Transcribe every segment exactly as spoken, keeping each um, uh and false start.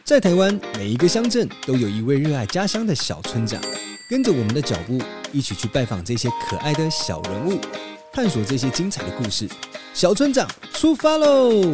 在台湾，每一个乡镇都有一位热爱家乡的小村长。跟着我们的脚步，一起去拜访这些可爱的小人物，探索这些精彩的故事。小村长出发喽！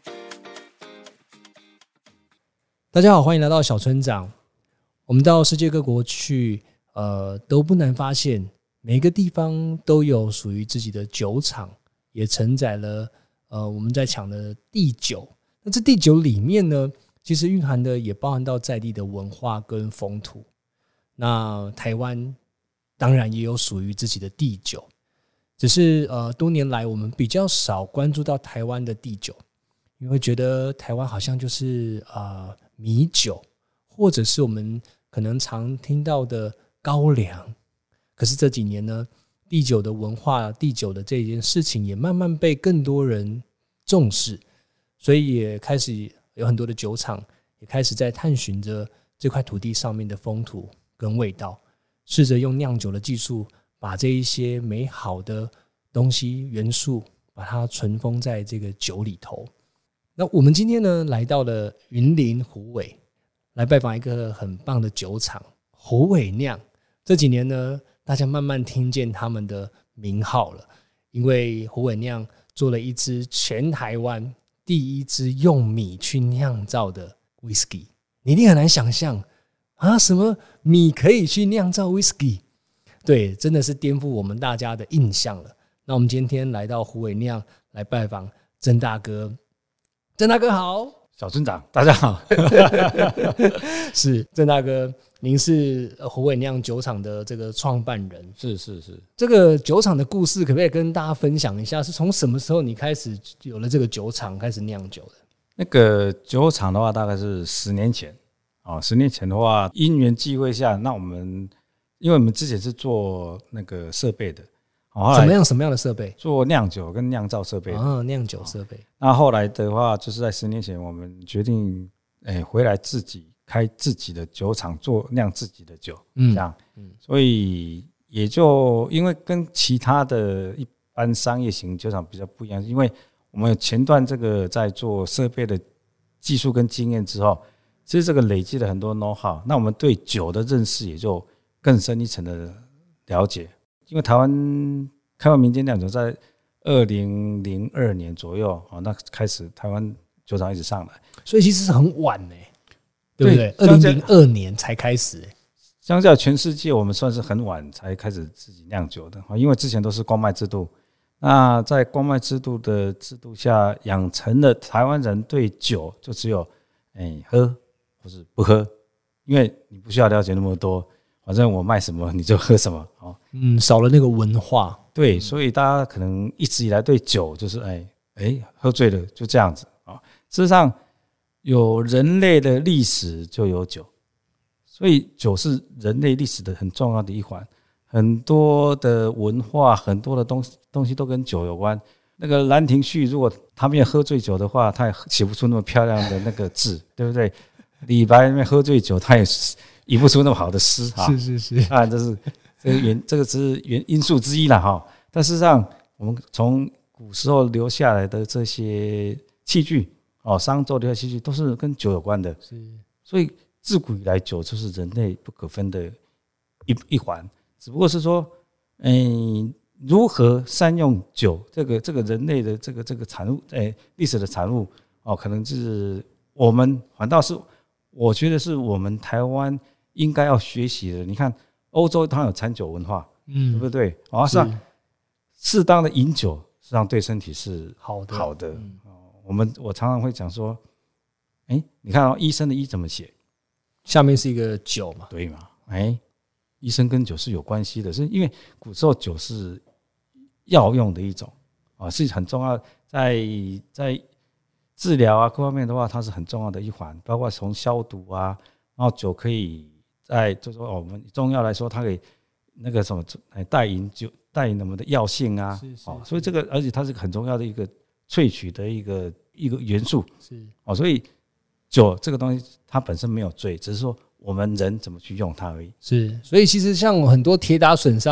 大家好，欢迎来到小村长。我们到世界各国去，呃，都不难发现，每个地方都有属于自己的酒厂，也承载了呃我们在抢的地酒。那这地酒里面呢，其实蕴含的也包含到在地的文化跟风土。那台湾当然也有属于自己的地酒，只是呃多年来我们比较少关注到台湾的地酒，因为觉得台湾好像就是呃米酒，或者是我们可能常听到的高粱。可是这几年呢，地酒的文化、地酒的这件事情也慢慢被更多人重视，所以也开始有很多的酒厂也开始在探寻着这块土地上面的风土跟味道，试着用酿酒的技术把这一些美好的东西元素把它存封在这个酒里头。那我们今天呢来到了云林虎尾，来拜访一个很棒的酒厂虎尾酿。这几年呢大家慢慢听见他们的名号了，因为虎尾酿做了一支全台湾第一支用米去酿造的 whisky。 你一定很难想象啊，什么米可以去酿造 whisky？ 对，真的是颠覆我们大家的印象了。那我们今天来到虎尾酿来拜访曾大哥。曾大哥好。 小村长大家好。 是曾大哥，您是虎尾酿酒厂的这个创办人。 是是是。 这个酒厂的故事可不可以跟大家分享一下？是从什么时候你开始有了这个酒厂开始酿酒的？ 那个酒厂的话大概是十年前。哦，十年前的话，因缘际会下，那我们因为我们之前是做那个设备的，哦、 怎么样什么样的设备？ 做酿酒跟酿造设备啊，酿酒设备。 那、哦、后来的话，就是在十年前，我们决定，哎，回来自己开自己的酒厂，做酿自己的酒，嗯，这样，嗯，所以也就因为跟其他的一般商业型酒厂比较不一样，因为我们前段这个在做设备的技术跟经验之后。其实这个累积了很多 know how， 那我们对酒的认识也就更深一层的了解。因为台湾开放民间酿酒在二零零二年左右，那开始台湾酒厂一直上来， 所以其实是很晚呢，对不对？二零零二年才开始， 相较全世界，我们算是很晚才开始自己酿酒的，因为之前都是公卖制度。那在公卖制度的制度下，养成了台湾人对酒就只有哎喝。或是不喝，因为你不需要了解那么多，反正我卖什么你就喝什么。 嗯，少了那个文化。 对，所以大家可能一直以来对酒就是哎哎喝醉了就这样子啊。事实上，有人类的历史就有酒，所以酒是人类历史的很重要的一环。很多的文化，很多的东西东西都跟酒有关。那个《兰亭序》，如果他没有喝醉酒的话，他也写不出那么漂亮的那个字，对不对？李白那边喝醉酒，他也吟不出那么好的诗。 是是是， 当然这是这个原这个只是原因素之一啦哈。但事实上，我们从古时候留下来的这些器具哦，商周留下器具都是跟酒有关的。是，所以自古以来酒就是人类不可分的一一环。只不过是说，嗯，如何善用酒这个这个人类的这个这个产物，哎，历史的产物哦，可能是我们反倒是。我觉得是我们台湾应该要学习的。你看，欧洲它有餐酒文化，嗯，对不对？啊，是啊，适当的饮酒，实际上对身体是好的。好的，嗯、我们我常常会讲说，哎、欸，你看、哦、医生的医怎么写？ 下面是一个酒嘛， 对嘛？哎、欸，医生跟酒是有关系的，是因为古时候酒是药用的一种啊，是很重要，在在。治疗啊，各方面的话，它是很重要的一环，包括从消毒啊，然后酒可以在，就说我们中药来说，它可以那个什么带引酒，带引我们的药性啊，是是是哦，所以这个而且它是很重要的一个萃取的一个一个元素，是哦，所以酒这个东西它本身没有罪，只是说我们人怎么去用它而已。 是，所以其实像很多铁打损伤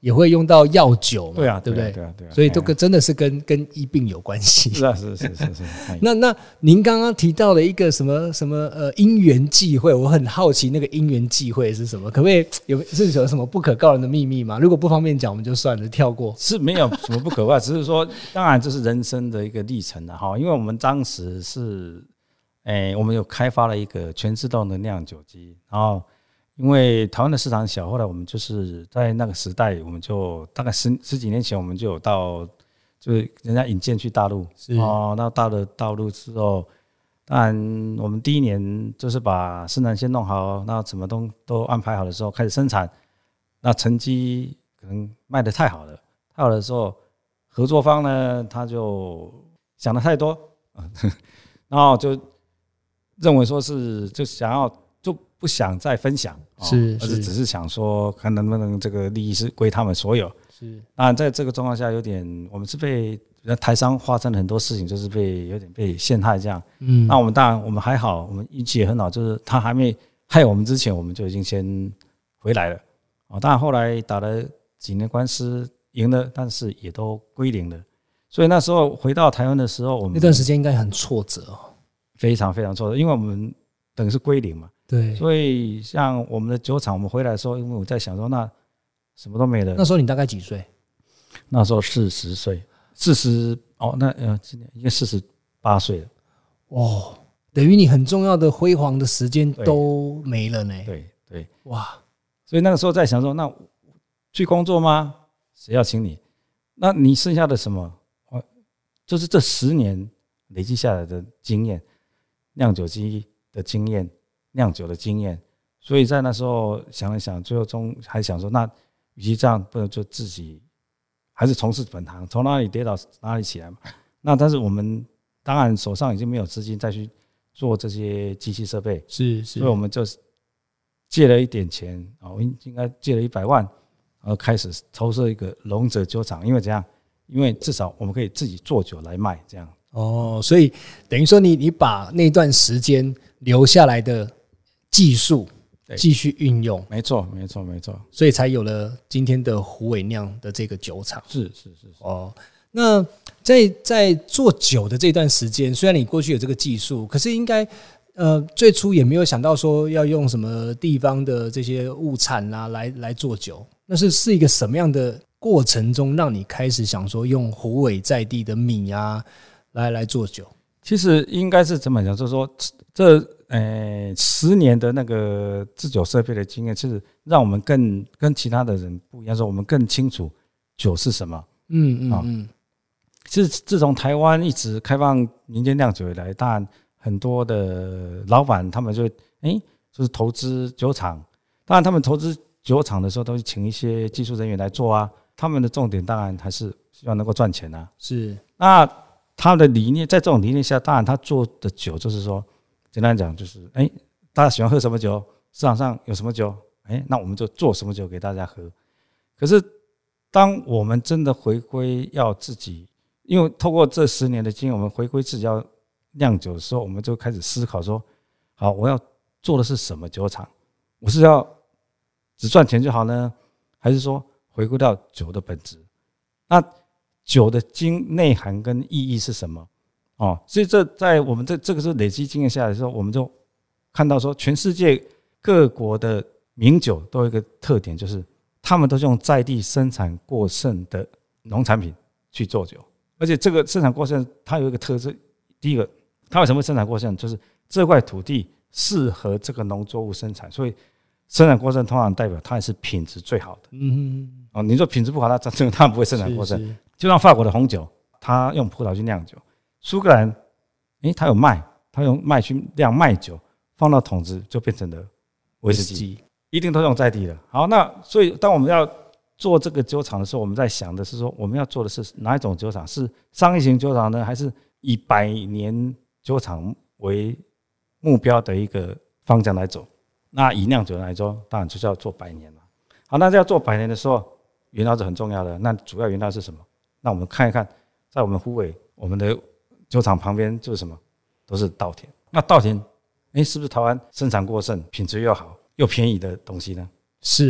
也会用到药酒嘛， 对啊， 对不对？ 对啊，对啊， 所以都跟真的是跟跟医病有关系。 是啊，是是是是。 那那您刚刚提到了一个什么什么呃因缘际会，我很好奇那个因缘际会是什么？可不可以有是有什么不可告人的秘密吗？如果不方便讲，我们就算了，跳过。 是没有什么不可怕，只是说，当然这是人生的一个历程了哈。因为我们当时是，诶、欸，我们有开发了一个全自动的酿酒机，然后。因为台湾的市场小，后来我们就是在那个时代，我们就大概十十几年前，我们就有到，就是人家引荐去大陆，哦，那到了大陆之后，当然我们第一年就是把生产线弄好，那什么都都安排好的时候开始生产，那成绩可能卖得太好了，太好的时候，合作方呢他就想得太多，然后就认为说是就想要。不想再分享， 是， 而是只是想说，看能不能这个利益是归他们所有。 是， 当然在这个状况下，有点我们是被台商发生了很多事情，就是被有点被陷害这样。嗯，那我们当然我们还好，我们运气也很好，就是他还没害我们之前，我们就已经先回来了。哦，当然后来打了几年官司，赢了，但是也都归零了。所以那时候回到台湾的时候，我们那段时间应该很挫折哦， 非常非常挫折，因为我们等于是归零嘛。 对， 所以像我们的酒厂，我们回来的时候，因为我在想说，那什么都没了。 那时候你大概几岁？ 那时候四十岁，四十哦，那呃，今年应该四十八岁了。 哦，等于你很重要的辉煌的时间都没了呢。 对对， 哇！ 所以那个时候在想说，那去工作吗？谁要请你？那你剩下的什么？就是这十年累积下来的经验，酿酒机的经验。酿酒的经验，所以在那时候想了想，最后中还想说，那与其这样，不如就自己还是从事本行，从哪里跌倒哪里起来嘛。那但是我们当然手上已经没有资金再去做这些机器设备， 是是， 所以我们就借了一点钱啊，我应该借了一百万，然后开始筹设一个龙泽酒厂，因为怎样？因为至少我们可以自己做酒来卖，这样。 哦，所以等于说你你把那段时间留下来的技术继续运用， 没错，没错，没错， 所以才有了今天的虎尾酿的这个酒厂。 是是是哦，那在在做酒的这段时间，虽然你过去有这个技术，可是应该呃最初也没有想到说要用什么地方的这些物产啊来来做酒，那是是一个什么样的过程中让你开始想说用虎尾在地的米啊来来做酒？ 其实应该是怎么讲，就是说这呃十年的那个制酒设备的经验，其实让我们更跟其他的人不一样，说我们更清楚酒是什么。嗯嗯嗯。其实自从台湾一直开放民间酿酒以来，当然很多的老板他们就哎、欸、就是投资酒厂，当然他们投资酒厂的时候都是请一些技术人员来做啊，他们的重点当然还是希望能够赚钱啊。 是那。他的理念，在这种理念下，当然他做的酒就是说，简单讲就是，哎、欸，大家喜欢喝什么酒，市场上有什么酒，哎、欸，那我们就做什么酒给大家喝。可是，当我们真的回归要自己，因为透过这十年的经验，我们回归自己要酿酒的时候，我们就开始思考说，好，我要做的是什么酒厂？我是要只赚钱就好呢，还是说回归到酒的本质？那酒的经内涵跟意义是什么？哦，所以这在我们这这个是累积经验下来的时候，我们就看到说，全世界各国的名酒都有一个特点，就是他们都是用在地生产过剩的农产品去做酒，而且这个生产过剩它有一个特质，第一个，它为什么会生产过剩？就是这块土地适合这个农作物生产，所以生产过剩通常代表它也是品质最好的。嗯嗯。哦，你说品质不好，它它它不会生产过剩。就像法国的红酒，它用葡萄去酿酒；苏格兰，诶，它有麦，它用麦去酿麦酒，放到桶子就变成了威士忌，一定都用在地的。好，那所以当我们要做这个酒厂的时候，我们在想的是说，我们要做的是哪一种酒厂？是商业型酒厂呢，还是以百年酒厂为目标的一个方向来走？那以酿酒来说，当然就是要做百年嘛。好，那要做百年的时候，原料是很重要的。那主要原料是什么？那我们看一看，在我们虎尾，我们的酒厂旁边就是什么，都是稻田。那稻田，哎，是不是台湾生产过剩、品质又好又便宜的东西呢？ 是啊，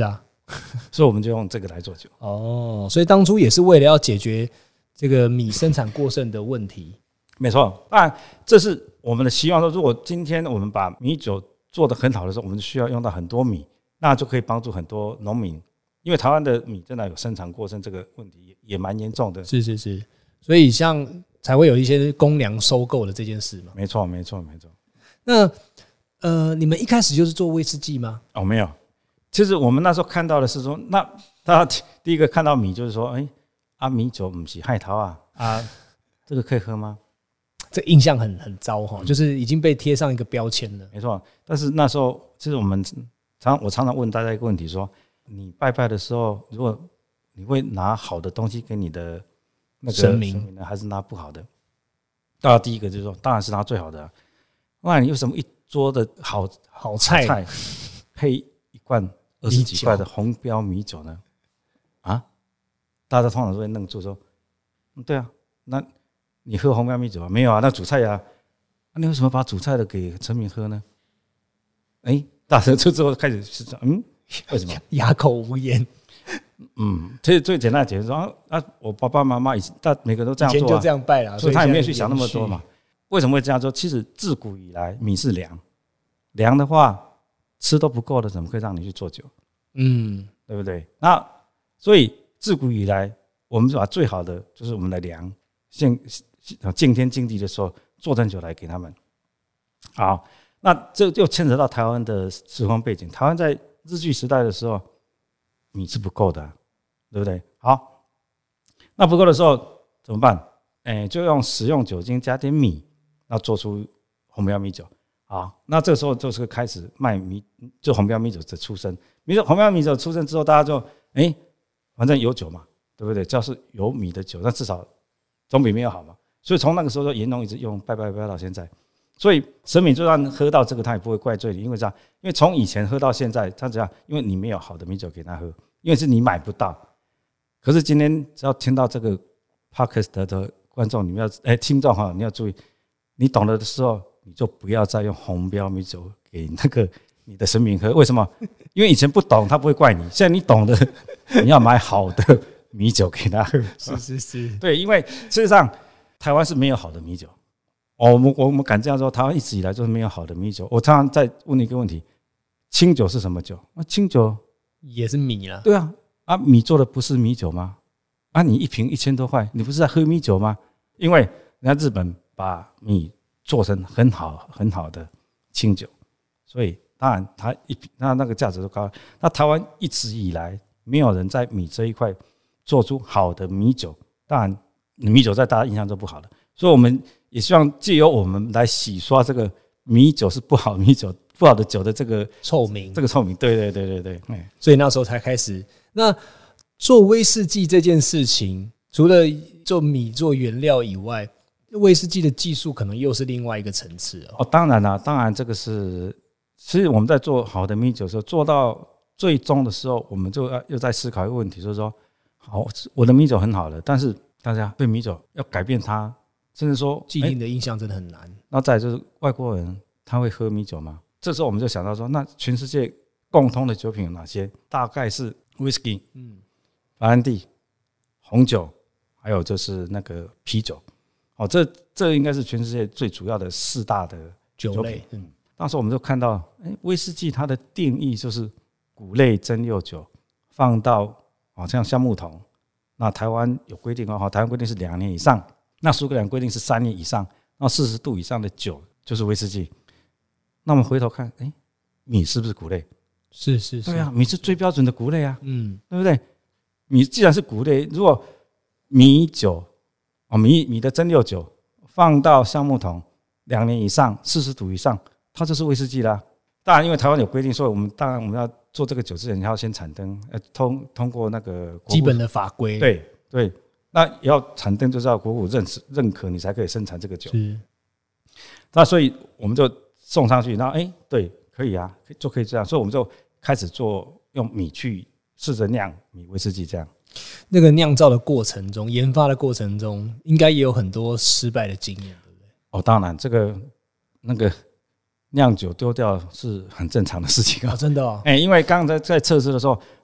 所以我们就用这个来做酒。 哦，所以当初也是为了要解决这个米生产过剩的问题。 没错，当然这是我们的希望说，如果今天我们把米酒做得很好的时候，我们需要用到很多米，那就可以帮助很多农民。因为台湾的米真的有生产过剩这个问题也，也蛮严重的。 是是是，所以像才会有一些公粮收购的这件事嘛。 没错，没错，没错。 那呃，你们一开始就是做威士忌吗？ 哦，没有。其实我们那时候看到的是说，那大家第一个看到米就是说，哎、欸，啊米酒不是海淘啊啊，这个可以喝吗？ 这印象很很糟哈，就是已经被贴上一个标签了。 没错，但是那时候其实我们常我常常问大家一个问题说，你拜拜的时候，如果你会拿好的东西给你的那个神明呢，还是拿不好的？当然第一个就是说，当然是拿最好的、啊。那你为什么一桌的好好菜菜配一罐二十几块的红标米酒呢？啊，大家通常都会愣住说，嗯，对啊，那你喝红标米酒啊？没有啊，那主菜呀、啊，那你为什么把主菜的给臣民喝呢？哎、欸，大家这之后开始是嗯，为什么哑口无言？ 嗯，其实最简单的解释说啊，啊我爸爸妈妈以前，大每个都这样做、啊， 以前就这样拜了， 所以他也没有去想那么多嘛。为什么会这样做？其实自古以来，米是粮，粮的话吃都不够的，怎么可以让你去做酒？嗯，对不对？那所以自古以来，我们把最好的就是我们的粮，敬敬天敬地的时候，做成酒来给他们。好，那这就牵扯到台湾的时空背景。台湾在日据时代的时候，米是不够的、啊，对不对？好，那不够的时候怎么办？哎、欸，就用食用酒精加点米，然后做出红标米酒。好，那这个时候就是开始卖米，就红标米酒的出生。米酒红标米酒出生之后，大家就哎、欸，反正有酒嘛，对不对？只要是有米的酒，那至少总比没有好嘛。所以从那个时候，盐农一直用拜拜拜到现在。所以神明就算喝到这个，他也不会怪罪你，因为这样，因为从以前喝到现在，他只要因为你没有好的米酒给他喝，因为是你买不到。可是今天只要听到这个 podcast 的观众，你们要哎、欸、听众哈，你要注意，你懂了的时候，你就不要再用红标米酒给那个你的神明喝。为什么？因为以前不懂，他不会怪你；现在你懂的，你要买好的米酒给他喝。 是是是， 对，因为事实上台湾是没有好的米酒。哦，我们我们敢这样说，台湾一直以来就是没有好的米酒。我常常在问你一个问题：清酒是什么酒？啊，清酒也是米啦。 对啊，啊，米做的不是米酒吗？啊，你一瓶一千多块，你不是在喝米酒吗？因为人家日本把米做成很好很好的清酒，所以当然它一那那个价值都高。那台湾一直以来没有人在米这一块做出好的米酒，当然米酒在大家印象都不好的，所以我们也希望借由我们来洗刷这个米酒是不好米酒不好的酒的这个臭名， 这个臭名。对对对对对， 所以那时候才开始。那做威士忌这件事情，除了做米做原料以外，威士忌的技术可能又是另外一个层次哦。 哦，当然啦，当然这个是，其实我们在做好的米酒的时候，做到最终的时候，我们就要又在思考一个问题，就是说，好，我的米酒很好了，但是大家对米酒要改变它。甚至说既定的印象真的很难。 那再来就是外国人他会喝米酒吗？这时候我们就想到说，那全世界共通的酒品有哪些？大概是 whisky、嗯，白兰地、红酒，还有就是那个啤酒。哦，这这应该是全世界最主要的四大的酒类。 嗯，那时候我们就看到，哎、欸，威士忌它的定义就是谷类蒸馏酒，放到好像橡木桶。那台湾有规定哦，台湾规定是两年以上。那苏格兰规定是三年以上，然后四十度以上的酒就是威士忌。那我们回头看，哎、欸，米是不是谷类？ 是是是， 对啊，米是最标准的谷类啊， 嗯， 对不对？米既然是谷类，如果米酒哦，米米的蒸馏酒放到橡木桶两年以上，四十度以上，它就是威士忌啦。当然，因为台湾有规定，所以我们当然我们要做这个酒之前，要先产灯，呃，通通过那个基本的法规， 对对。那也要产灯，就是要国府认识认可，你才可以生产这个酒。 是， 那所以我们就送上去，然后哎、欸，对，可以啊，就可以这样，所以我们就开始做用米去试着酿米威士忌这样。 那个酿造的过程中，研发的过程中，应该也有很多失败的经验，对不对？ 哦，当然，这个那个酿酒丢掉是很正常的事情啊、 哦，真的哦。 哎、欸，因为刚刚在在测试的时候，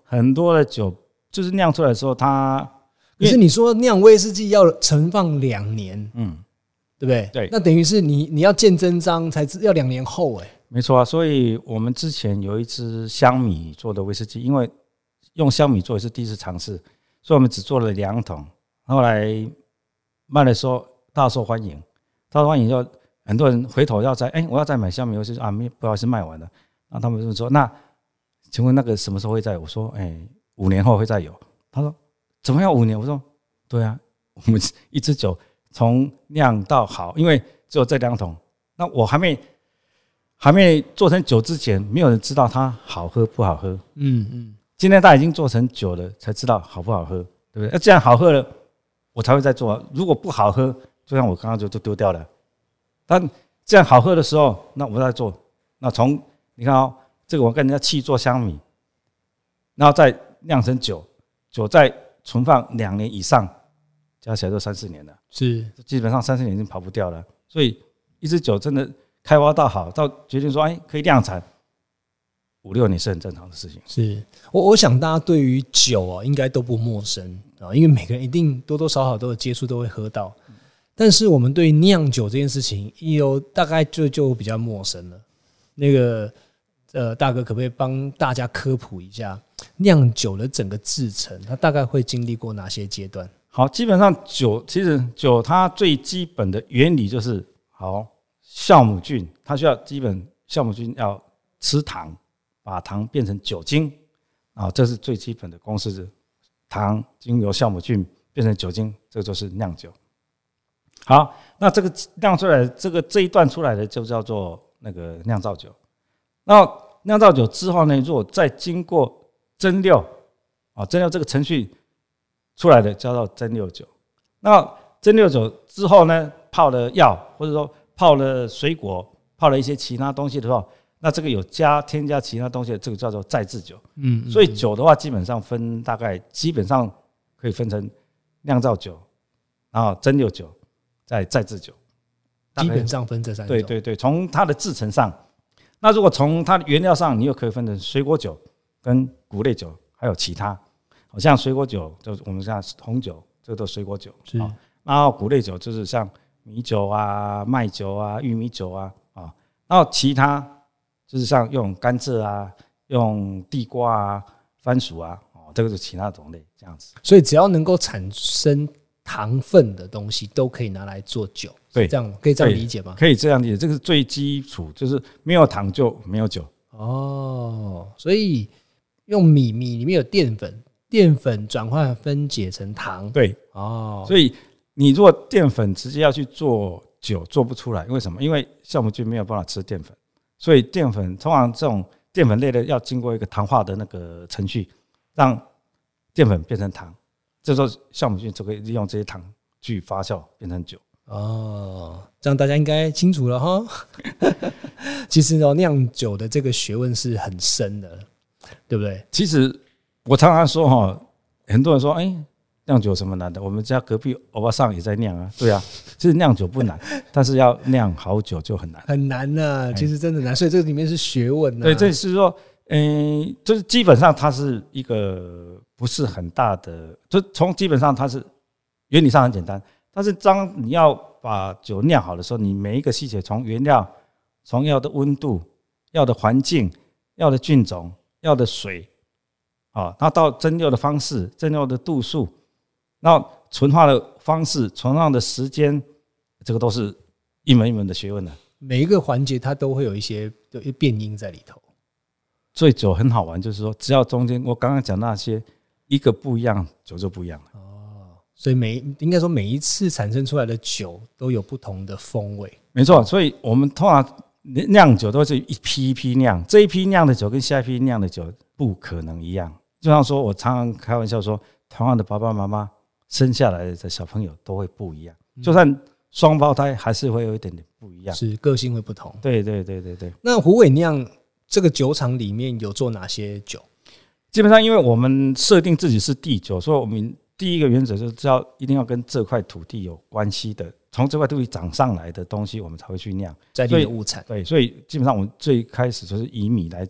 很多的酒就是酿出来的时候，它可是你说酿威士忌要存放两年， 嗯， 对不对？ 对， 那等于是你你要见真章才要两年后哎、欸。 没错啊。所以我们之前有一支香米做的威士忌，因为用香米做也是第一次尝试，所以我们只做了两桶。后来卖的时候大受欢迎，大受欢迎就很多人回头要再哎、欸，我要再买香米威士忌啊，不好意思卖完了。那他们就说那请问那个什么时候会再有？我说哎、欸，五年后会再有。他说怎么样五年？我说对啊，我们一支酒从酿到好，因为只有这两桶，那我还没还没做成酒之前，没有人知道它好喝不好喝。 嗯嗯， 今天它已经做成酒了，才知道好不好喝，对不对？那既然好喝了，我才会再做。如果不好喝，就像我刚刚就都丢掉了。但这样好喝的时候，那我再做。那从你看哦，这个我跟人家契做香米，然后再酿成酒，酒再存放两年以上，加起来都三四年了。 是， 基本上三四年已经跑不掉了。所以一支酒真的开挖到好，到决定说哎可以量产，五六年是很正常的事情。 是我我想大家对于酒啊应该都不陌生啊，因为每个人一定多多少少都有接触，都会喝到。但是我们对酿酒这件事情有大概就就比较陌生了。那个呃，大哥可不可以帮大家科普一下酿酒的整个制程，它大概会经历过哪些阶段？ 好，基本上酒其实酒它最基本的原理就是好酵母菌，它需要基本酵母菌要吃糖，把糖变成酒精啊，这是最基本的公式。糖经由酵母菌变成酒精，这就是酿酒。好，那这个酿出来的这个这一段出来的就叫做那个酿造酒。那酿造酒之后呢，如果再经过蒸馏啊，蒸馏这个程序出来的叫做蒸馏酒。那蒸馏酒之后呢，泡了药或者说泡了水果，泡了一些其他东西的时候，那这个有加添加其他东西的，这个叫做再制酒。嗯，所以酒的话，基本上分大概基本上可以分成酿造酒，然后蒸馏酒，再再制酒。 基本上分这三种。 对对对，从它的制成上，那如果从它的原料上，你又可以分成水果酒、跟谷类酒，还有其他。好像水果酒就是我们像红酒，这个都水果酒。是。然后谷类酒就是像米酒啊、麦酒啊、玉米酒啊啊。然后其他就是像用甘蔗啊、用地瓜啊、番薯啊，哦，这个是其他种类这样子。 所以只要能够产生糖分的东西，都可以拿来做酒。 对， 这样可以这样理解吗？ 可以这样理解，这个是最基础，就是没有糖就没有酒。 哦，所以用米，米里面有淀粉，淀粉转换分解成糖。 对，哦，所以你如果淀粉直接要去做酒，做不出来，为什么？因为酵母菌没有办法吃淀粉，所以淀粉通常这种淀粉类的要经过一个糖化的那个程序，让淀粉变成糖，这时候酵母菌就可以利用这些糖去发酵变成酒。 哦，这样大家应该清楚了哈。其实哦，酿酒的这个学问是很深的，对不对？ 其实我常常说哈，很多人说，哎，酿酒有什么难的？我们家隔壁欧巴桑也在酿啊，对啊。其实酿酒不难，但是要酿好酒就很难， 很难呐、啊。其实真的难，所以这里面是学问、啊。 对，这是说，嗯，就是基本上它是一个不是很大的，就从基本上它是原理上很简单。但是当你要把酒酿好的时候，你每一个细节，从原料、从要的温度、要的环境、要的菌种、要的水，啊，然后到蒸馏的方式、蒸馏的度数，然后纯化的方式、存放的时间，这个都是一门一门的学问的。 每一个环节它都会有一些变因在里头。 所以酒很好玩，就是说，只要中间我刚刚讲那些一个不一样，酒就不一样了。 所以每应该说每一次产生出来的酒都有不同的风味， 没错。所以我们通常酿酒都是一批一批酿，这一批酿的酒跟下一批酿的酒不可能一样。就像说我常常开玩笑说，同样的爸爸妈妈生下来的小朋友都会不一样，就算双胞胎还是会有一点点不一样， 是个性会不同。 对对对对对。 那虎尾酿这个酒厂里面有做哪些酒？ 基本上因为我们设定自己是地酒，所以我们第一个原则就是知道一定要跟这块土地有关系的，从这块土地长上来的东西，我们才会去酿在地的物产。 对，所以基本上我们最开始就是以米来讲，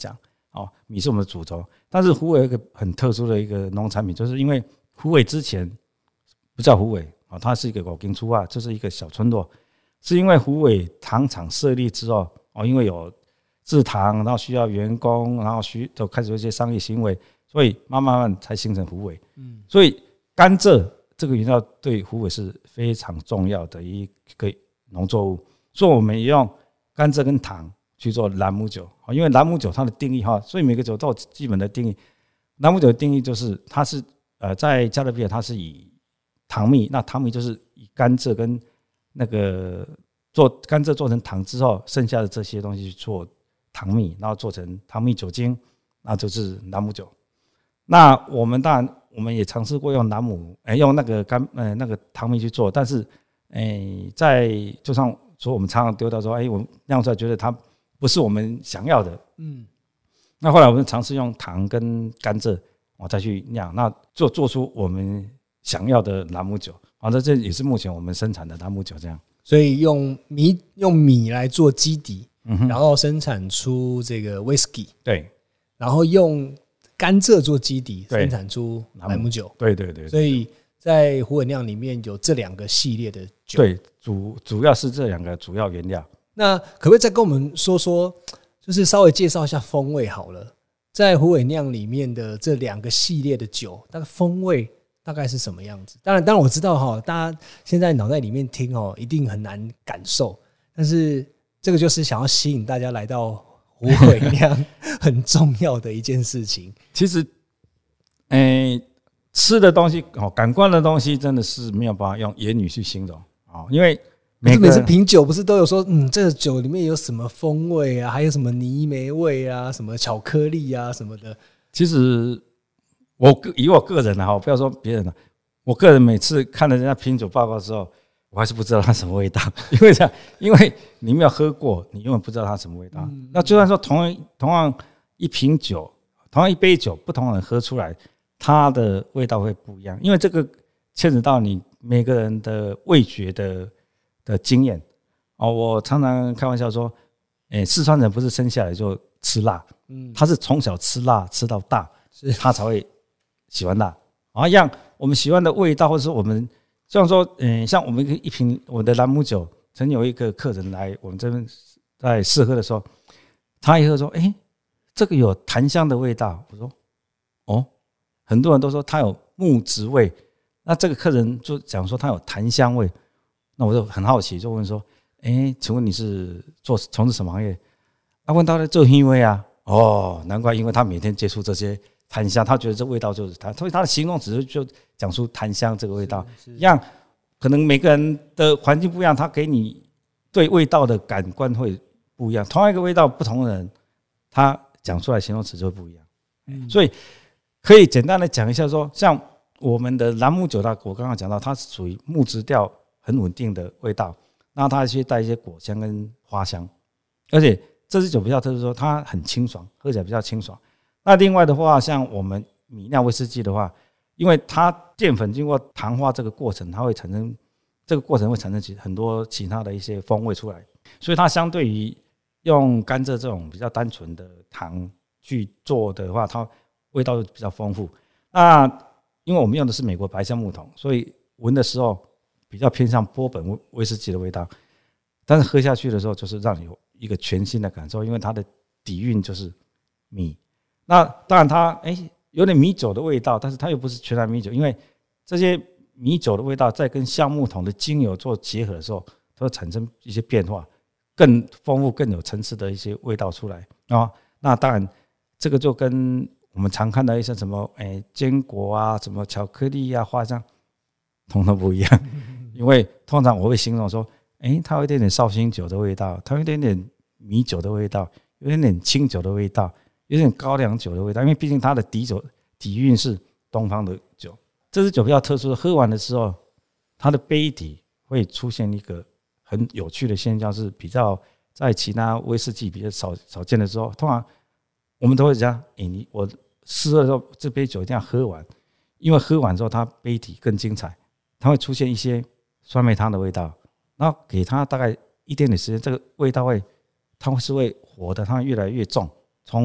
哦，米是我们的主轴。但是虎尾有一个很特殊的一个农产品，就是因为虎尾之前不叫虎尾啊，它是一个五金厝啊，就是一个小村落。是因为虎尾糖厂设立之后哦，因为有制糖，然后需要员工，然后需就开始有一些商业行为，所以慢慢慢才形成虎尾。嗯，所以甘蔗这个原料对虎尾是非常重要的一个农作物，所以我们也用甘蔗跟糖去做朗姆酒。因为朗姆酒它的定义哈，所以每个酒都有基本的定义。朗姆酒的定义就是它是呃在加勒比海它是以糖蜜，那糖蜜就是以甘蔗跟那个做甘蔗做成糖之后，剩下的这些东西去做糖蜜，然后做成糖蜜酒精，那就是朗姆酒。那我们当然我们也尝试过用朗姆，哎、欸，用那个甘呃那个糖蜜去做，但是哎、欸，在就像说我们常常丢到说，哎、欸，我们酿出来觉得它不是我们想要的，嗯。那后来我们尝试用糖跟甘蔗，我再去酿，那就做出我们想要的朗姆酒。好的，这也是目前我们生产的朗姆酒这样。 所以用米用米来做基底，嗯、然后生产出这个 whisky， 对， 然后用甘蔗做基底生产出朗姆酒， 对对 对, 对。 所以在虎尾酿里面有这两个系列的酒， 对，主主要是这两个主要原料。 那可不可以再跟我们说说，就是稍微介绍一下风味好了？在虎尾酿里面的这两个系列的酒，那个风味大概是什么样子？当然，当然我知道哈，大家现在脑袋里面听哦，一定很难感受。但是这个就是想要吸引大家来到虎尾酿很重要的一件事情。 其实，诶、欸，吃的东西哦，感官的东西真的是没有办法用言语去形容哦，因为每个每次品酒不是都有说，嗯，这个酒里面有什么风味啊，还有什么泥煤味啊，什么巧克力啊什么的。 其实。我以我个人啊，不要说别人了，我个人每次看了人家品酒报告之后，我还是不知道它什么味道，因为这样，因为你没有喝过，你永远不知道它什么味道。嗯、那就算说同样同样一瓶酒，同样一杯酒，不同人喝出来，它的味道会不一样，因为这个牵扯到你每个人的味觉的的经验。哦，我常常开玩笑说，诶、欸，四川人不是生下来就吃辣，嗯，他是从小吃辣吃到大，是他才会。喜欢辣啊，一样我们喜欢的味道，或者是我们像说，嗯，像我们一瓶我的朗姆酒，曾有一个客人来我们这边在试喝的时候，他一喝说，哎、欸，这个有檀香的味道。我说，哦，很多人都说他有木质味，那这个客人就讲说他有檀香味，那我就很好奇，就问说，哎、欸，请问你是做从事什么行业？啊，问他在做香味啊，哦，难怪，因为他每天接触这些。檀香，他觉得这味道就是它，所以他的形容词就讲出檀香这个味道。一样，可能每个人的环境不一样，他给你对味道的感官会不一样。同样一个味道，不同的人他讲出来形容词就会不一样。嗯、所以可以简单的讲一下说，像我们的朗姆酒，它我刚刚讲到，它是属于木质调很稳定的味道，那它去带一些果香跟花香，而且这支酒比较特殊，说它很清爽，喝起来比较清爽。那另外的话，像我们米酿威士忌的话，因为它淀粉经过糖化这个过程，它会产生这个过程会产生很多其他的一些风味出来，所以它相对于用甘蔗这种比较单纯的糖去做的话，它味道比较丰富。那因为我们用的是美国白橡木桶，所以闻的时候比较偏向波本威士忌的味道，但是喝下去的时候，就是让你有一个全新的感受，因为它的底蕴就是米。那当然它，它、欸、有点米酒的味道，但是它又不是全然米酒，因为这些米酒的味道在跟橡木桶的精油做结合的时候，它会产生一些变化，更丰富、更有层次的一些味道出来啊。那当然，这个就跟我们常看到一些什么，哎、欸，坚果啊，什么巧克力啊，花香，统统不一样。因为通常我会形容说，哎、欸，它有一点点绍兴酒的味道，它有一点点米酒的味道，有一点点清酒的味道。有点高粱酒的味道，因为毕竟它的底酒底蕴是东方的酒。这支酒比较特殊的，喝完的时候，它的杯底会出现一个很有趣的现象，是比较在其他威士忌比较少少见的时候，通常我们都会讲，哎、欸，你我试喝的时候，这杯酒一定要喝完，因为喝完之后它杯底更精彩，它会出现一些酸梅汤的味道，然后给它大概一点点时间，这个味道会它会是会活的，它会越来越重，从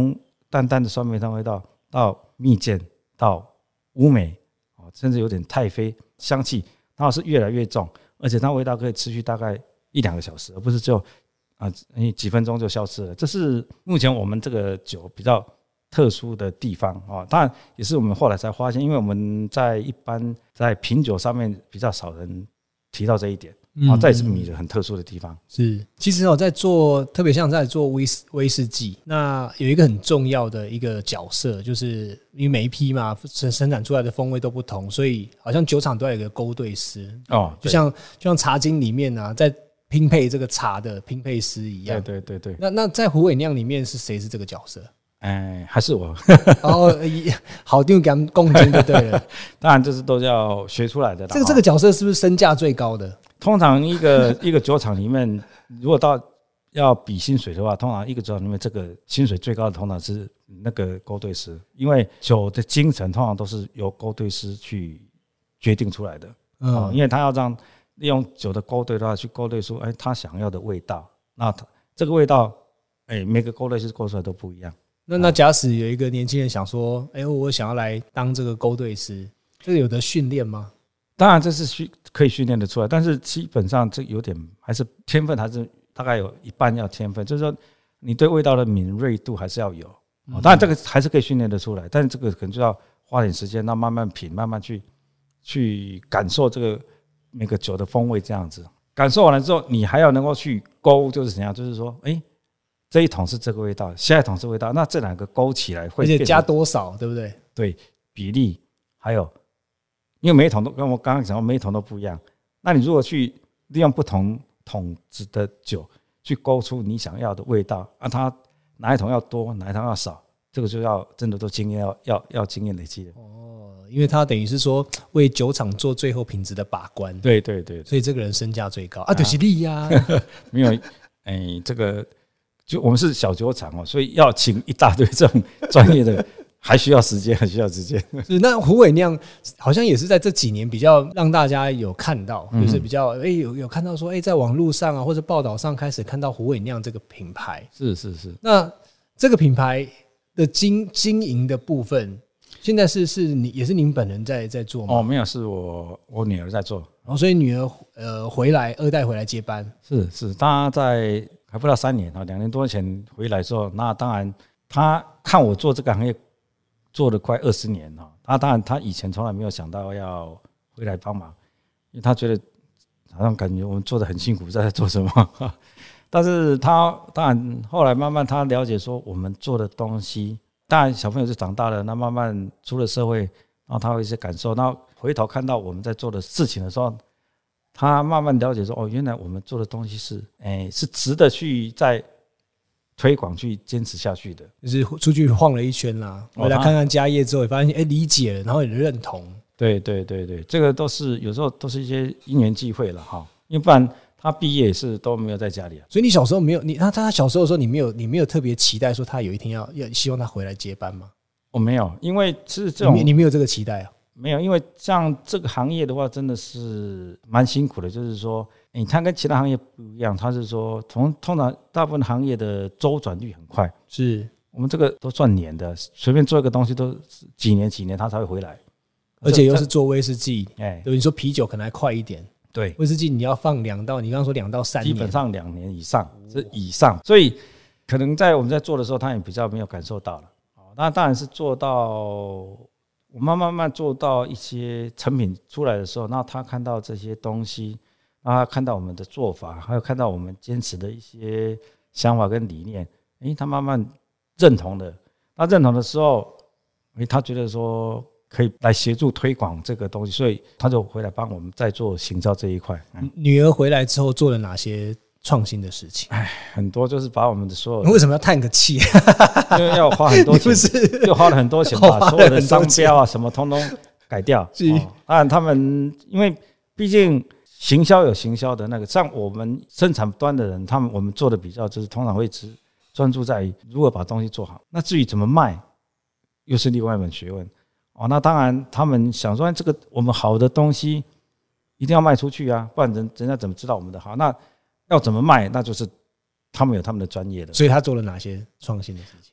淡淡的酸梅汤味道，到蜜饯，到乌梅，甚至有点太妃香气，然后是越来越重，而且它味道可以持续大概一两个小时，而不是只有啊几分钟就消失了。这是目前我们这个酒比较特殊的地方啊，当然也是我们后来才发现，因为我们在一般在品酒上面比较少人提到这一点。啊，这也是米的很特殊的地方。 是，其实哦，在做特别像在做威士威士忌，那有一个很重要的一个角色，就是因为每一批嘛生生产出来的风味都不同，所以好像酒厂都要有一个勾兑师哦，就像就像茶经里面啊，在拼配这个茶的拼配师一样。 对对对对。 那那在虎尾酿里面是谁是这个角色？ 哎，还是我。 然后好定给他们共进就对了。 当然这是都要学出来的。 这个这个角色是不是身价最高的？ 通常一个一个酒厂里面，如果到要比薪水的话，通常一个酒厂里面这个薪水最高的通常是那个勾兑师，因为酒的精神通常都是由勾兑师去决定出来的。嗯，因为他要让利用酒的勾兑的话去勾兑出哎他想要的味道，那他这个味道哎每个勾兑师勾出来都不一样。 那那假使有一个年轻人想说，哎，我想要来当这个勾兑师，这个有得训练吗？ 当然这是训可以训练的出来，但是基本上这有点还是天分，还是大概有一半要天分，就是说你对味道的敏锐度还是要有。当然这个还是可以训练的出来，但是这个可能就要花点时间，那慢慢品，慢慢去去感受这个每个酒的风味，这样子感受完了之后，你还要能够去勾，就是怎样，就是说，哎，这一桶是这个味道，下一桶是味道，那这两个勾起来会而且加多少，对不对？ 对，比例还有。因为每一桶都跟我刚刚讲，每一桶都不一样。那你如果去利用不同桶子的酒去勾出你想要的味道，啊，它哪一桶要多，哪一桶要少，这个就要真的都经验要要要经验累积的。 哦，因为他等于是说为酒厂做最后品质的把关。 对对 对, 對， 所以这个人身价最高啊，就是你呀。 没有，哎，这个就我们是小酒厂哦，所以要请一大堆这种专业的。还需要时间，还需要时间。 是那虎尾酿好像也是在这几年比较让大家有看到，就是比较哎、欸、有有看到说哎、欸，在网络上啊或者报道上开始看到虎尾酿这个品牌。 是是是。 那这个品牌的经经营的部分，现在是是你也是您本人在在做吗？ 哦，没有，是我我女儿在做。 然后所以女儿呃回来二代回来接班。 是是，她在还不到三年啊，两年多前回来之后，那当然她看我做这个行业。做了快二十年了，他当然他以前从来没有想到要回来帮忙，因为他觉得好像感觉我们做的很辛苦，在做什么。但是他当然后来慢慢他了解说我们做的东西，当然小朋友是长大了，那慢慢出了社会，然后他有一些感受，那回头看到我们在做的事情的时候，他慢慢了解说哦，原来我们做的东西是哎是值得去在。推广去坚持下去的， 就是出去晃了一圈啦，回来看看家业之后，也发现哎、欸、理解了，然后也认同。 对对对对，这个都是有时候都是一些因缘际会了哈，因为不然他毕业也是都没有在家里啊。 所以你小时候没有你他他小时候的时候，你没有你没有特别期待说他有一天要要希望他回来接班吗？ 我没有，因为是这种你, 你没有这个期待啊。 没有，因为像这个行业的话，真的是蛮辛苦的。就是说，你看跟其他行业不一样，它是说，通通常大部分行业的周转率很快， 是我们这个都算年的，随便做一个东西都几年几年它才会回来， 而且又是做威士忌， 哎， 对，你说啤酒可能还快一点， 对， 威士忌你要放两到，你刚刚说两到三年， 基本上两年以上是以上，所以可能在我们在做的时候，他也比较没有感受到了。那当然是做到。我慢慢慢做到一些成品出来的时候，那他看到这些东西，然后他看到我们的做法，还有看到我们坚持的一些想法跟理念，哎，他慢慢认同了。他认同的时候，哎，他觉得说可以来协助推广这个东西，所以他就回来帮我们再做行销这一块。 嗯、女儿回来之后做了哪些创新的事情？ 哎，很多就是把我们的所有， 你为什么要叹个气？ 因为要花很多钱，就花了很多钱把所有的商标啊什么通通改掉。哦、当然他们因为毕竟行销有行销的那个，像我们生产端的人，他们我们做的比较就是通常会只专注在如何把东西做好。那至于怎么卖，又是另外一门学问。哦，那当然他们想说这个我们好的东西一定要卖出去啊，不然人人家怎么知道我们的好？那要怎么卖？那就是他们有他们的专业的。 所以他做了哪些创新的事情？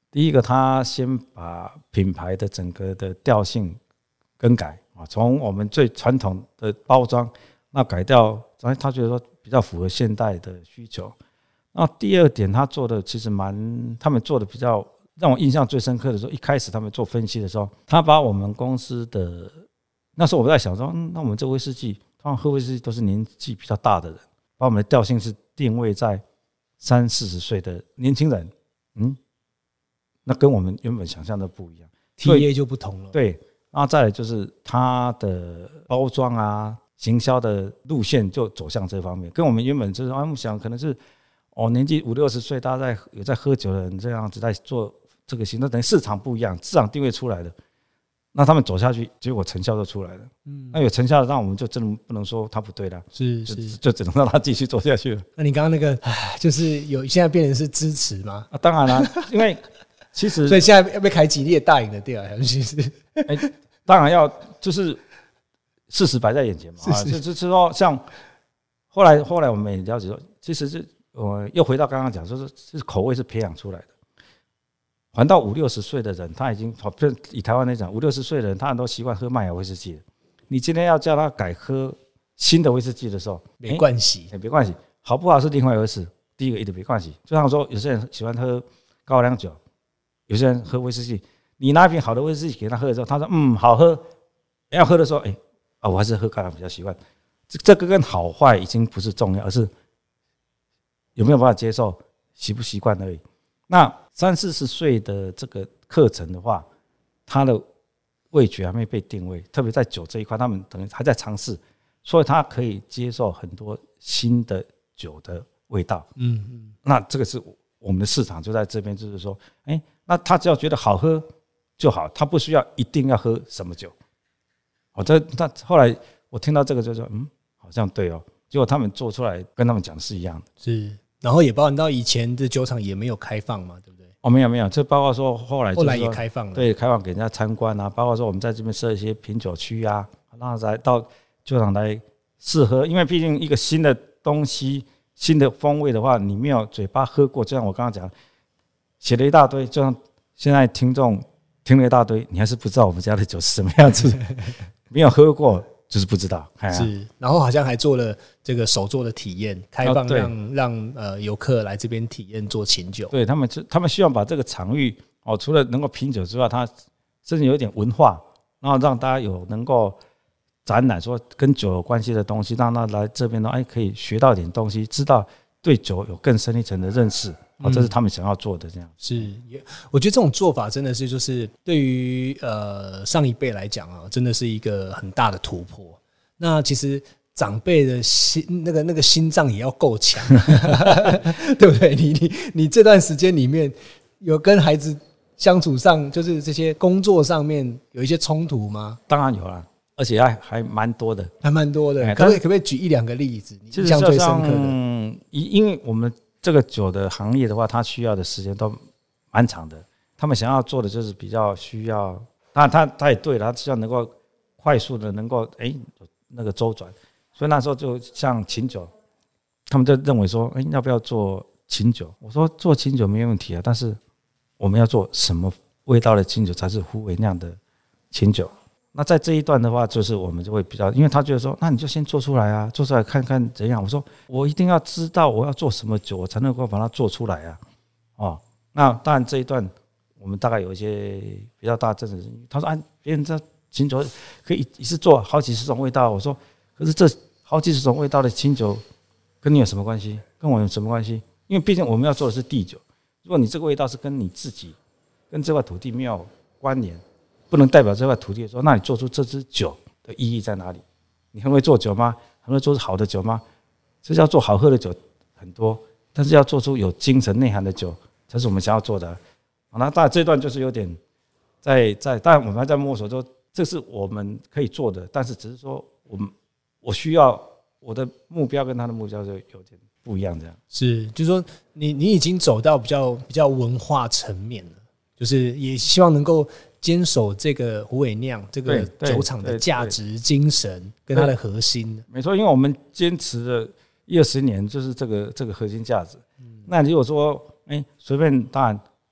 第一个，他先把品牌的整个的调性更改啊，从我们最传统的包装，那改掉，他觉得说比较符合现代的需求。那第二点，他做的其实蛮，他们做的比较让我印象最深刻的时候，一开始他们做分析的时候，他把我们公司的那时候我在想说，嗯，那我们这威士忌，通常喝威士忌都是年纪比较大的人，把我们的调性是定位在三四十岁的年轻人，嗯。那跟我们原本想象的不一样 ，T A 就不同了。 对，然后再来就是它的包装啊、行销的路线就走向这方面，跟我们原本就是啊，我们想可能是哦年纪五六十岁，大家在有在喝酒的人这样子在做这个行，那等于市场不一样，市场定位出来的，那他们走下去，结果成效就出来了。嗯，那有成效的，那我们就真的不能说他不对了， 是是， 就只能让他继续做下去了。 那你刚刚那个，就是有现在变成是支持吗？ 啊，当然了，因为。其实， 所以现在要不要开几列大饮的店啊？其实， 哎，当然要，就是事实摆在眼前嘛。啊，就是说，像后来后来我们也了解说，其实是我又回到刚刚讲，说是口味是培养出来的。还到五六十岁的人，他已经以台湾来讲，五六十岁的人，他很多习惯喝麦芽威士忌了。你今天要叫他改喝新的威士忌的时候， 没关系， 哎，没关系，好不好是另外一回事。第一个一点没关系，就像说有些人喜欢喝高粱酒。有些人喝威士忌，你拿一瓶好的威士忌给他喝的时候，他说嗯好喝，要喝的时候，哎、欸、啊我还是喝高粱比较习惯。这这个跟好坏已经不是重要，而是有没有办法接受，习不习惯而已。那三四十岁的这个课程的话，他的味觉还没被定位，特别在酒这一块，他们等于还在尝试，所以他可以接受很多新的酒的味道。嗯嗯，那这个是我们的市场就在这边，就是说，哎、欸。那他只要觉得好喝就好，他不需要一定要喝什么酒。我这那后来我听到这个就说，嗯，好像对哦。结果他们做出来跟他们讲的是一样的， 是。然后也包含到以前的酒厂也没有开放嘛，对不对？ 哦，没有没有，这包括说后来后来也开放了， 对，开放给人家参观啊，包括说我们在这边设一些品酒区啊，让来到酒厂来试喝，因为毕竟一个新的东西、新的风味的话，你没有嘴巴喝过，就像我刚刚讲。写了一大堆，就像现在听众听了一大堆，你还是不知道我们家的酒是什么样子，没有喝过就是不知道。 是，然后好像还做了这个手做的体验，开放让、哦、让呃游客来这边体验做琴酒。 对他们，他们希望把这个场域哦，除了能够品酒之外，它甚至有一点文化，然后让大家有能够展览说跟酒有关系的东西，让他来这边呢，哎，可以学到一点东西，知道对酒有更深一层的认识。哦，这是他们想要做的，这样、嗯、 是。我觉得这种做法真的是，就是对于呃上一辈来讲啊，真的是一个很大的突破。那其实长辈的心，那个那个心脏也要够强，对不对？你你你这段时间里面有跟孩子相处上，就是这些工作上面有一些冲突吗？ 当然有啦，而且还还蛮多的， 还蛮多的。可不可以可不可以举一两个例子？你印象最深刻的？ 嗯，因为我们。这个酒的行业的话，它需要的时间都蛮长的。他们想要做的就是比较需要，当然他他也对了，他希望能够快速的能够哎、欸、那个周转，所以那时候就像琴酒，他们就认为说，哎、欸、要不要做琴酒？我说做琴酒没问题啊，但是我们要做什么味道的琴酒才是虎尾酿的琴酒？那在这一段的话，就是我们就会比较，因为他觉得说，那你就先做出来啊，做出来看看怎样。我说我一定要知道我要做什么酒，我才能够把它做出来啊。哦，那当然这一段我们大概有一些比较大的争执。他说啊，别人这琴酒可以一次做好几十种味道。我说，可是这好几十种味道的琴酒跟你有什么关系？跟我有什么关系？因为毕竟我们要做的是地酒。如果你这个味道是跟你自己、跟这块土地没有关联，不能代表这块土地的时候，那你做出这支酒的意义在哪里？你很会做酒吗？很会做出好的酒吗？这要做好喝的酒很多，但是要做出有精神内涵的酒，才是我们想要做的。好，那当然这段就是有点在在，当然我们还在摸索，说这是我们可以做的，但是只是说我们我需要我的目标跟他的目标就有点不一样，这样是，就是说你你已经走到比较比较文化层面了，就是也希望能够坚守这个虎尾酿这个酒厂的价值精神跟它的核心。 没错，因为我们坚持了一二十年，就是这个这个核心价值。嗯、那如果说哎随便，当然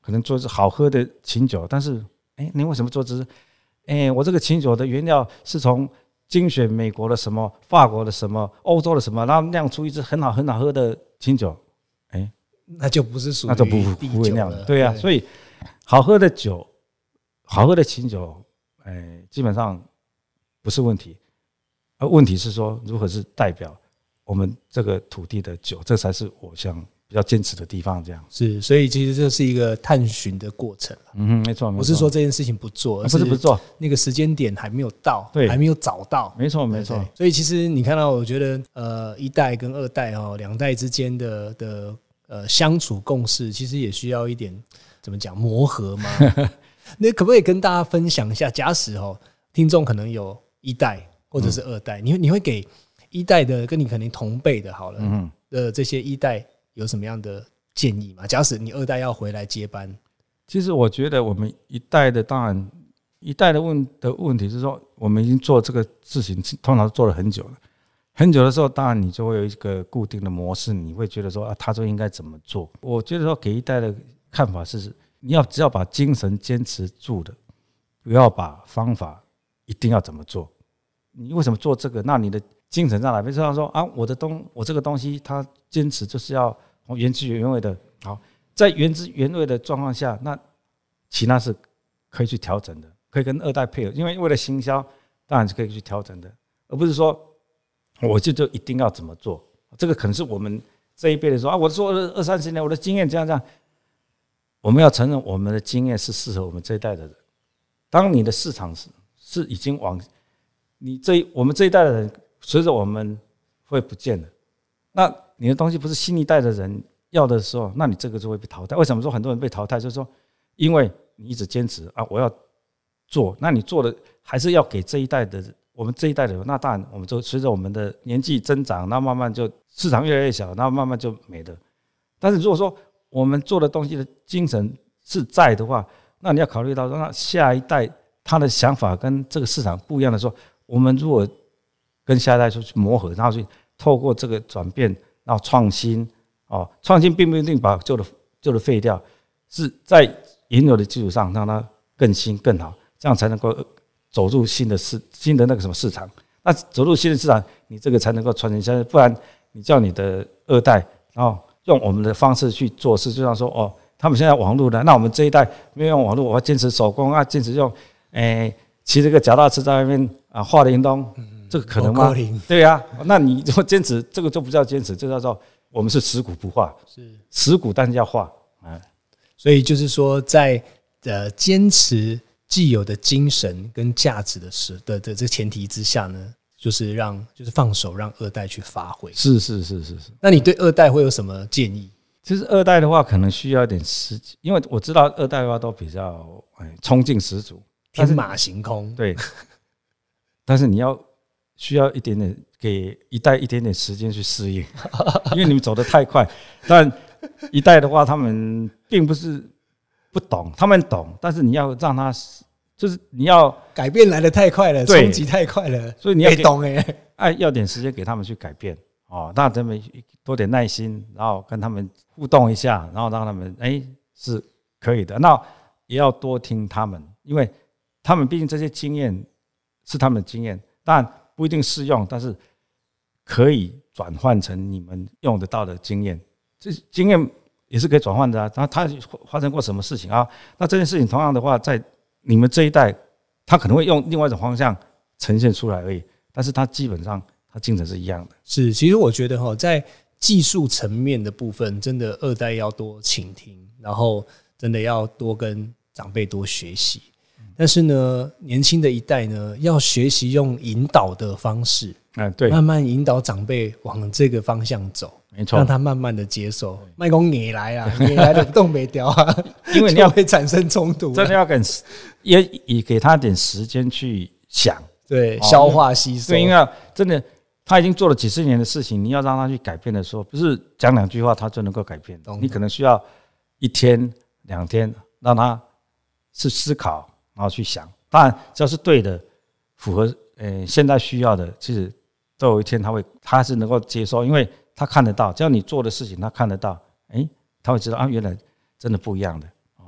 可能做一支好喝的琴酒，但是哎，你为什么做这支？哎，我这个琴酒的原料是从精选美国的什么、法国的什么、欧洲的什么，然后酿出一支很好很好喝的琴酒，哎， 那就不是属于那就不不会酿了。对啊，所以好喝的酒、好喝的琴酒，哎，基本上不是问题，而问题是说如何是代表我们这个土地的酒，这才是我想比较坚持的地方。这样是，所以其实这是一个探寻的过程。 嗯，没错， 不是说这件事情不做， 不是不做， 那个时间点还没有到， 对， 还没有找到。 没错，没错。 所以其实你看到，我觉得呃，一代跟二代哦，两代之间的的呃相处共事，其实也需要一点怎么讲磨合嘛。那可不可以跟大家分享一下？假使哦，听众可能有一代或者是二代，嗯、你你会给一代的跟你可能同辈的好了，嗯的这些一代有什么样的建议吗？假使你二代要回来接班， 其实我觉得我们一代的，当然一代的问的问题是说，我们已经做这个事情，通常做了很久了。很久的时候，当然你就会有一个固定的模式，你会觉得说啊，他就应该怎么做。我觉得说给一代的看法是，你要只要把精神坚持住的，不要把方法一定要怎么做。你为什么做这个？那你的精神在哪边？就像说啊，我的东，我这个东西，它坚持就是要原汁原味的。好，在原汁原味的状况下，那其他是可以去调整的，可以跟二代配合，因为为了行销，当然是可以去调整的，而不是说我就就一定要怎么做。这个可能是我们这一辈的说啊，我做了二三十年，我的经验这样这样。我们要承认，我们的经验是适合我们这一代的人。当你的市场是是已经往你这我们这一代的人，随着我们会不见了，那你的东西不是新一代的人要的时候，那你这个就会被淘汰。为什么说很多人被淘汰？就是说，因为你一直坚持啊，我要做，那你做的还是要给这一代的我们这一代的人。那当然，我们就随着我们的年纪增长，那慢慢就市场越来越小，那慢慢就没了。但是如果说我们做的东西的精神是在的话，那你要考虑到，那下一代他的想法跟这个市场不一样的时候，我们如果跟下一代去磨合，然后去透过这个转变，然后创新哦，创新并不一定把旧的旧的废掉，是在原有的基础上让它更新更好，这样才能够走入新的市新的那个什么市场。那走入新的市场，你这个才能够传承下去。不然你叫你的二代，然后用我们的方式去做事，就像说哦，他们现在网络的，那我们这一代没有用网络，我要坚持手工啊，坚持用诶骑这个脚踏车在外面啊画灵东。这个可能吗？对呀、啊，那你就坚持这个就不叫坚持，这叫做我们是食古不化，是食古但是要化啊。 所以就是说在，在呃坚持既有的精神跟价值的时的的这个前提之下呢，就是让就是放手让二代去发挥。 是是是是是。 那你对二代会有什么建议？ 其实二代的话，可能需要一点时间，因为我知道二代的话都比较哎冲劲十足， 天马行空。 对，但是你要。需要一点点给一代一点点时间去适应，因为你们走得太快。但一代的话，他们并不是不懂，他们懂，但是你要让他，就是你要改变来得太快了，冲击太快了， 所以你要懂哎， 哎，要点时间给他们去改变哦，让他们多点耐心，然后跟他们互动一下，然后让他们哎是可以的。那也要多听他们，因为他们毕竟这些经验是他们的经验，当然。不一定适用，但是可以转换成你们用得到的经验。这经验也是可以转换的啊。他他发生过什么事情啊？那这件事情同样的话，在你们这一代，他可能会用另外一种方向呈现出来而已。但是他基本上，他精神是一样的。 是，其实我觉得哈，在技术层面的部分，真的二代要多倾听，然后真的要多跟长辈多学习。但是呢，年轻的一代呢，要学习用引导的方式， 嗯，对， 慢慢引导长辈往这个方向走， 没错， 让他慢慢的接受。卖公你来啊，你来的动没掉啊， 因为你要会产生冲突， 真的要给也也给他点时间去想， 对，消化吸收。 对，因为真的他已经做了几十年的事情，你要让他去改变的时候，不是讲两句话他就能够改变，你可能需要一天两天让他去思考。然后去想，当然只要是对的，符合呃现在需要的，其实都有一天他会，他是能够接受，因为他看得到，只要你做的事情他看得到，哎，他会知道啊，原来真的不一样的哦。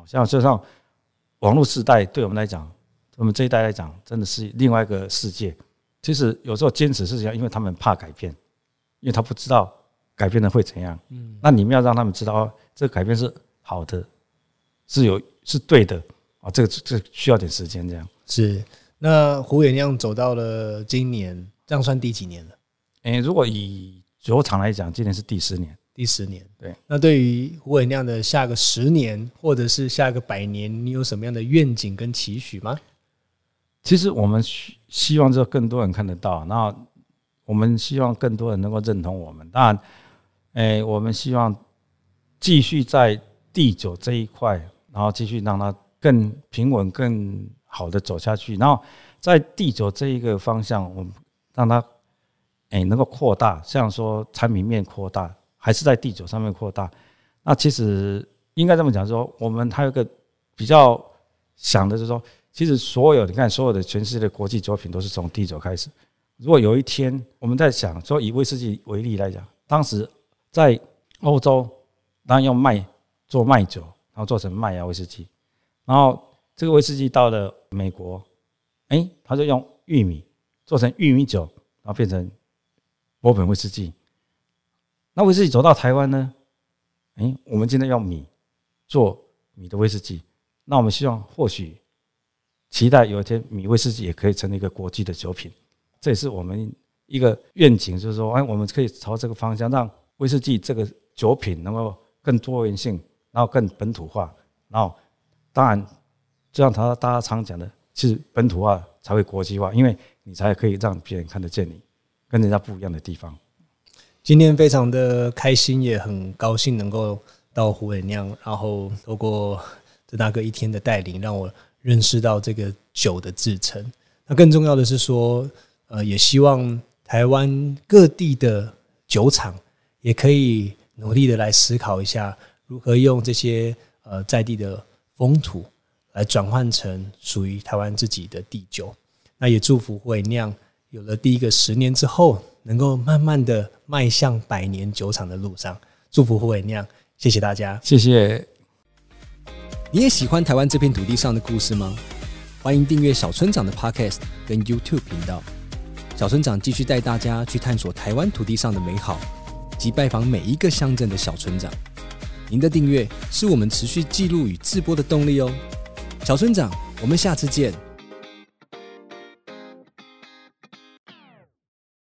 像就像网络时代对我们来讲，我们这一代来讲，真的是另外一个世界。其实有时候坚持是这样，因为他们怕改变，因为他不知道改变了会怎样。嗯，那你们要让他们知道，哦，这个改变是好的，是有是对的啊。这个这个需要点时间，这样是。那虎尾酿走到了今年，这样算第几年了？ 诶、欸，如果以酒厂来讲，今年是第十年。 第十年， 对。 那对于虎尾酿的下个十年，或者是下个百年，你有什么样的愿景跟期许吗？ 其实我们希望就更多人看得到，那我们希望更多人能够认同我们。当然，诶，我们希望继续在地酒这一块，然后继续让它更平稳、更好的走下去。然后在地酒这一个方向，我们让它诶能够扩大，像说产品面扩大。还是在地酒上面扩大，那其实应该这么讲，说我们还有一个比较想的就是说，其实所有你看所有的全世界的国际酒品都是从地酒开始。如果有一天我们在想说，以威士忌为例来讲，当时在欧洲当然用麦做麦酒，然后做成麦芽威士忌，然后这个威士忌到了美国，哎，他就用玉米做成玉米酒，然后变成波本威士忌。那威士忌走到台湾呢？哎，我们今天用米做米的威士忌，那我们希望或许期待有一天米威士忌也可以成为一个国际的酒品，这也是我们一个愿景，就是说，哎，我们可以朝这个方向，让威士忌这个酒品能够更多元性，然后更本土化，然后当然就像他大家常讲的，其实本土化才会国际化，因为你才可以让别人看得见你跟人家不一样的地方。 今天非常的开心，也很高兴能够到虎尾酿，然后透过郑大哥一天的带领，让我认识到这个酒的制程。那更重要的是说，呃，也希望台湾各地的酒厂也可以努力的来思考一下，如何用这些呃在地的风土来转换成属于台湾自己的地酒。那也祝福虎尾酿有了第一个十年之后，能够慢慢的迈向百年酒厂的路上。祝福虎尾酿，谢谢大家， 谢谢。 你也喜欢台湾这片土地上的故事吗？欢迎订阅小村长的 Podcast 跟 YouTube 频道。小村长继续带大家去探索台湾土地上的美好，及拜访每一个乡镇的小村长。您的订阅是我们持续记录与制播的动力哦。小村长，我们下次见。